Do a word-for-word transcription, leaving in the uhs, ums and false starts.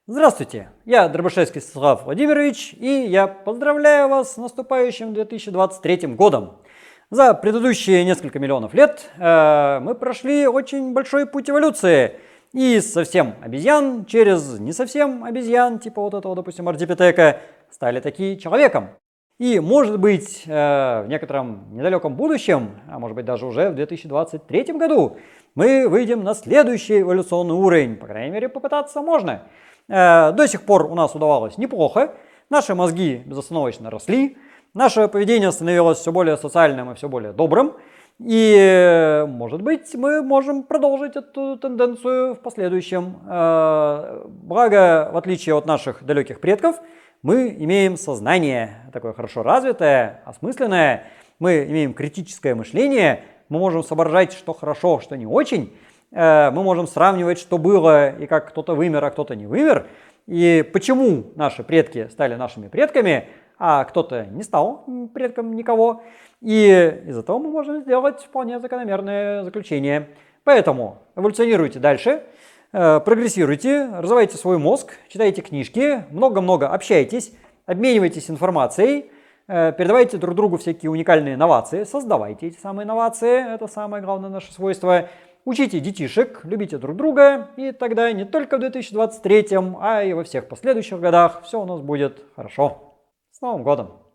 Здравствуйте, я Дробышевский Станислав Владимирович, и я поздравляю вас с наступающим две тысячи двадцать третьим годом. За предыдущие несколько миллионов лет э, мы прошли очень большой путь эволюции. Из совсем обезьян через не совсем обезьян, типа вот этого, допустим, ардипитека, стали такие человеком. И, может быть, э, в некотором недалеком будущем, а может быть даже уже в две тысячи двадцать третьем году, мы выйдем на следующий эволюционный уровень. По крайней мере, попытаться можно. Э, до сих пор у нас удавалось неплохо, наши мозги безостановочно росли, наше поведение становилось все более социальным и все более добрым. И, может быть, мы можем продолжить эту тенденцию в последующем. Э, благо, в отличие от наших далеких предков, мы имеем сознание такое хорошо развитое, осмысленное, мы имеем критическое мышление, мы можем соображать, что хорошо, что не очень, мы можем сравнивать, что было и как кто-то вымер, а кто-то не вымер, и почему наши предки стали нашими предками, а кто-то не стал предком никого, и из этого мы можем сделать вполне закономерное заключение. Поэтому эволюционируйте дальше. Прогрессируйте, развивайте свой мозг, читайте книжки, много-много общайтесь, обменивайтесь информацией, передавайте друг другу всякие уникальные инновации, создавайте эти самые инновации, это самое главное наше свойство. Учите детишек, любите друг друга, и тогда не только в две тысячи двадцать третьем, а и во всех последующих годах все у нас будет хорошо. С Новым годом!